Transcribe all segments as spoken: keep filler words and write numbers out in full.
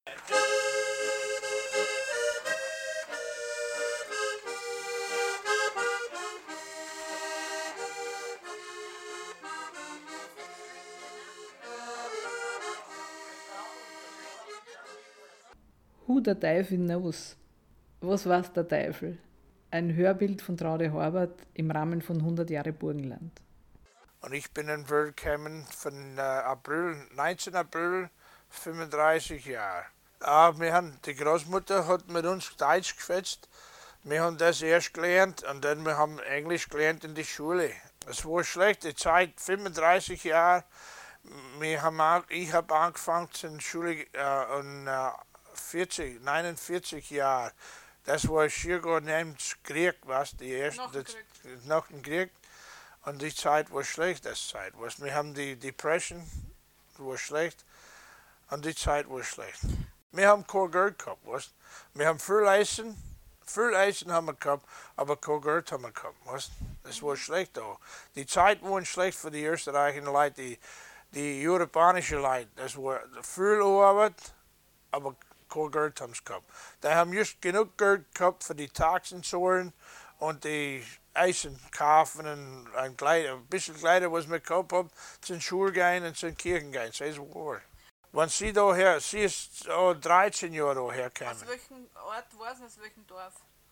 Who the Teufel knows? Was weiß der Teufel? Ein Hörbild von Traude Horvath im Rahmen von hundert Jahre Burgenland. Und ich bin in Wörth gekommen von äh, April, neunzehnten April, fünfunddreißig Jahre. Ah, wir haben, die Großmutter hat mit uns Deutsch geschwätzt. Wir haben das erst gelernt und dann wir haben Englisch gelernt in der Schule. Es war schlechte Zeit, fünfunddreißig Jahre. Wir haben auch, ich habe angefangen in der Schule äh, und, äh, vierzig, neunundvierzig Jahre. Das war schier neben dem Krieg, was die erste, Nach dem Krieg. Das, nach dem Krieg. Und die Zeit war schlecht, das Zeit. Was, wir haben die Depression, war schlecht. Und die Zeit war schlecht. Wir haben kein Geld gehabt, was? Wir haben viel Essen, viel Essen haben wir gehabt, aber kein Geld haben wir gehabt, was? Das war schlecht da. Die Zeit war schlecht für die österreichischen Leute, die, die europäischen Leute. Das war viel Arbeit, aber kein Geld haben sie gehabt. Die haben just genug Geld gehabt für die Taxen zahlen und die Essen kaufen und ein, Kleid, ein bisschen Kleider, was wir gehabt haben, zum Schule gehen und zum Kirchen gehen. Das war. Wenn sie daher, sie ist oh, dreizehn Jahre daher gekommen. Aus welchem Ort war sie, aus welchem Dorf?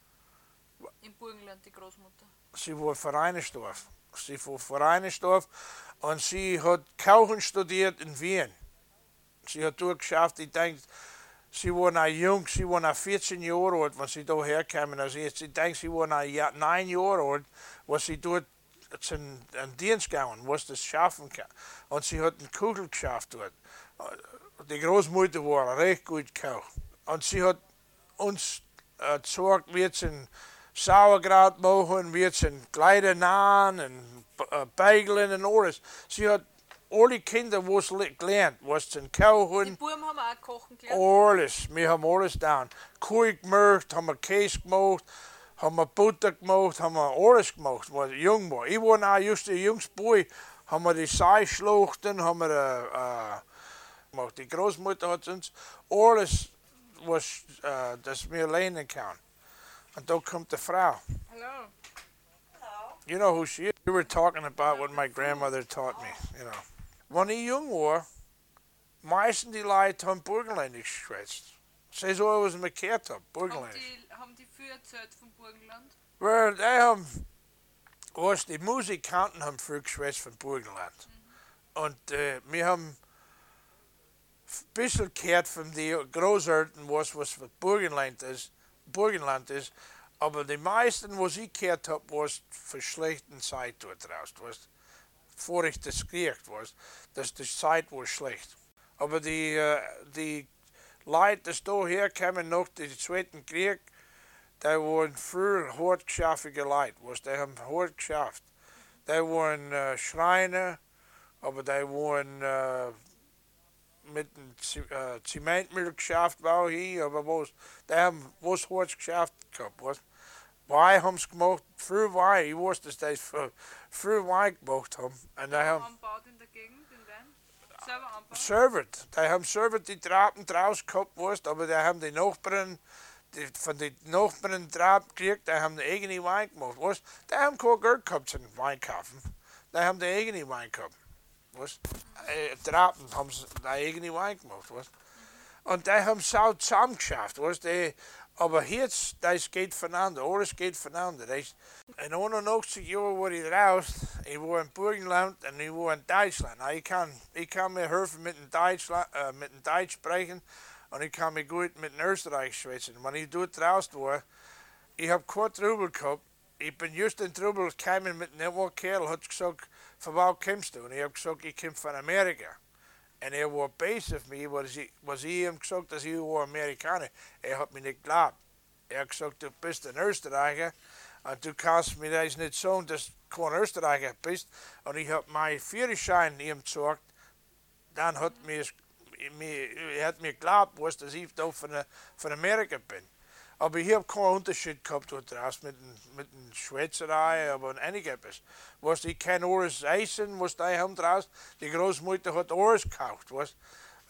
Im Burgenland, die Großmutter. Sie war Vereinesdorf. Sie war Vereinesdorf und sie hat Kauchen studiert in Wien. Sie hat dort geschafft, ich denke, sie war noch jung, sie war noch vierzehn Jahre alt, wenn sie da herkamen. Also ich denke, sie war noch neun Jahre alt, was sie dort zum Dienst gegangen, was das schaffen kann. Und sie hat einen Kugel geschafft dort. Die Großmutter war recht gut Koch. Und sie hat uns äh, gezeigt, wie sie Sauerkraut machen, wie sie Kleider nähen, und äh, beigeln und alles. Sie hat alle Kinder, was gelernt, was zum Kochen. Die Buben haben auch kochen gelernt. Alles, wir haben alles getan. Kuh gemacht, haben wir Käse gemacht, haben wir Butter gemacht, haben wir alles gemacht, was ich jung war. Ich war auch just ein junges Boy, haben wir die Seischlachten, haben wir äh, äh, gemacht. Die Großmutter hat uns alles, was äh, das wir lernen können. Und da kommt die Frau. Hello. You know who she is? We were talking about what my grandmother taught me, you know. Wenn ich jung war, meisten die Leute haben Burgenländisch geschwätzt. Das ist so, was ich gehört habe, Haben Burgenländisch. die, haben die viel erzählt vom Burgenland? Well, die haben, was, die Musikanten haben viel geschwätzt vom Burgenland. Mhm. Und äh, wir haben ein bisschen gehört von den Großeltern, was, was für Burgenland ist, Burgenland ist. Aber die meisten, was ich gehört habe, was für schlechten Zeit dort raus, was bevor ich das gekriegt was, dass die Zeit war schlecht. Aber die, äh, die Leute, die da herkamen nach dem Zweiten Krieg, die waren viel hart geschaffene Leute, was, die haben hart geschafft. Die waren äh, Schreiner, aber die waren äh, mit dem äh, Zementmittel geschafft, war hier, aber was, die haben was hart geschafft gehabt, was. Wein haben sie gemacht, viel Wein, ich weiß, dass die viel Wein gemacht haben. Und die haben anbaut in der Gegend, den Wein? Selber anbaut? Servet, die haben Servet die Traben draus gehabt, weißt, aber die haben die Nachbarn, die, von den Nachbarn Traben gekriegt, die haben die eigene Wein gemacht, weißt. Die haben kein Geld gehabt zum Wein kaufen, die haben die eigene Wein gehabt, weißt. Äh, Traben haben sie die eigene Wein gemacht, weißt. Und die haben es auch zusammen geschafft, weißt. Die, aber jetzt, das geht voneinander, alles geht voneinander. Das, in einundachtzig Jahren war ich raus, ich war in Burgenland und ich war in Deutschland. Ich kann, ich kann mir helfen mit dem, Deutschland, äh, mit dem Deutsch sprechen und ich kann mir gut mit dem Österreich schwätzen. Wenn ich dort raus war, ich habe keinen Trubel gehabt. Ich bin just in Trubel gekommen mit einem Kerl, hat gesagt, von wo kommst du? Und ich habe gesagt, ich komme von Amerika. Und er war böse auf mich, was ich, was ich ihm gesagt habe, dass ich war Amerikaner. Er hat mich nicht geglaubt. Er hat gesagt, du bist ein Österreicher und du kannst mir das nicht sagen, dass du kein Österreicher bist. Und ich habe meinen Führerschein ihm gesagt. Dann hat mir, mir, er hat mir geglaubt, was, dass ich da von, von Amerika bin. Aber ich habe keinen Unterschied gehabt dort draußen mit, mit der Schwätzerei, aber einiges. Was, ich kann alles essen, was die haben draußen. Die Großmutter hat alles gekauft, was.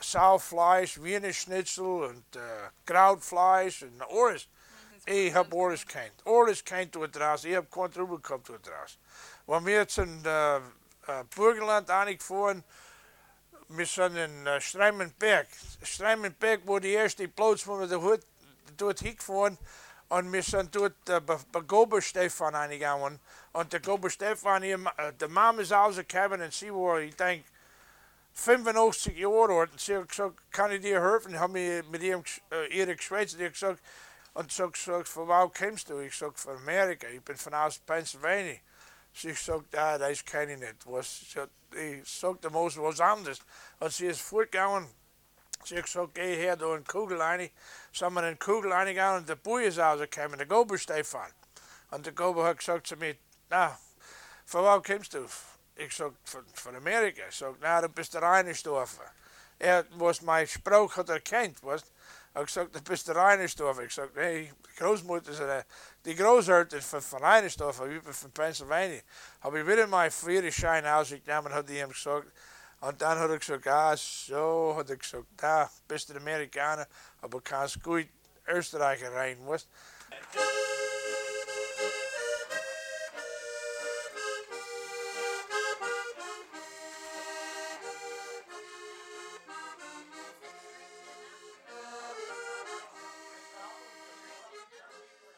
Saufleisch, Wiener Schnitzel und äh, Krautfleisch und alles. Ich hab alles kennt. Alles kennt dort draus. Ich hab keinen Trubel gehabt dort draus. Wenn wir jetzt in äh, äh, Burgenland angefahren, wir sind in äh, Streimenberg. Streimenberg, wo die erste Platz, wo wir dort, dort hingefahren und wir sind dort äh, bei, bei Gober Stefan eingegangen. Und der Gober Stefan, hier, äh, der Mama ist rausgekommen und sie war, ich denke, fünfundachtzig Jahre alt. Und sie hat gesagt, kann ich dir helfen? Ich habe mich mit ihm, äh, ihr geschwätzt. Die hat gesagt, und so gesagt, von wo kommst du? Ich sag, von Amerika. Ich bin von aus Pennsylvania. Sie sagt, ah, das kann ich nicht. Was, ich sagte, muss was anderes. Und sie ist fortgegangen. Sie hat gesagt, geh her, da in Kugel rein. Sind wir in die Kugel reingegangen und der Bui ist rausgekommen, der Gober Stefan. Und der Gober hat gesagt zu mir, na, von wo kommst du? Ich sag, von, von Amerika. Ich sag, na, du bist der Reinersdorfer. Er, was mein Spruch hat erkannt, was? Er hat gesagt, du bist der Reinersdorfer. Ich sag, nee, die Großmutter ist eine, die Großeltern von, von Reinersdorfer, ich bin von Pennsylvania. Habe ich wieder meinen Führerschein ausgenommen und hat ihm gesagt, und dann hat er gesagt, ah, so, hat er gesagt, da bist du Amerikaner, aber kannst gut Österreicher rein, weißt?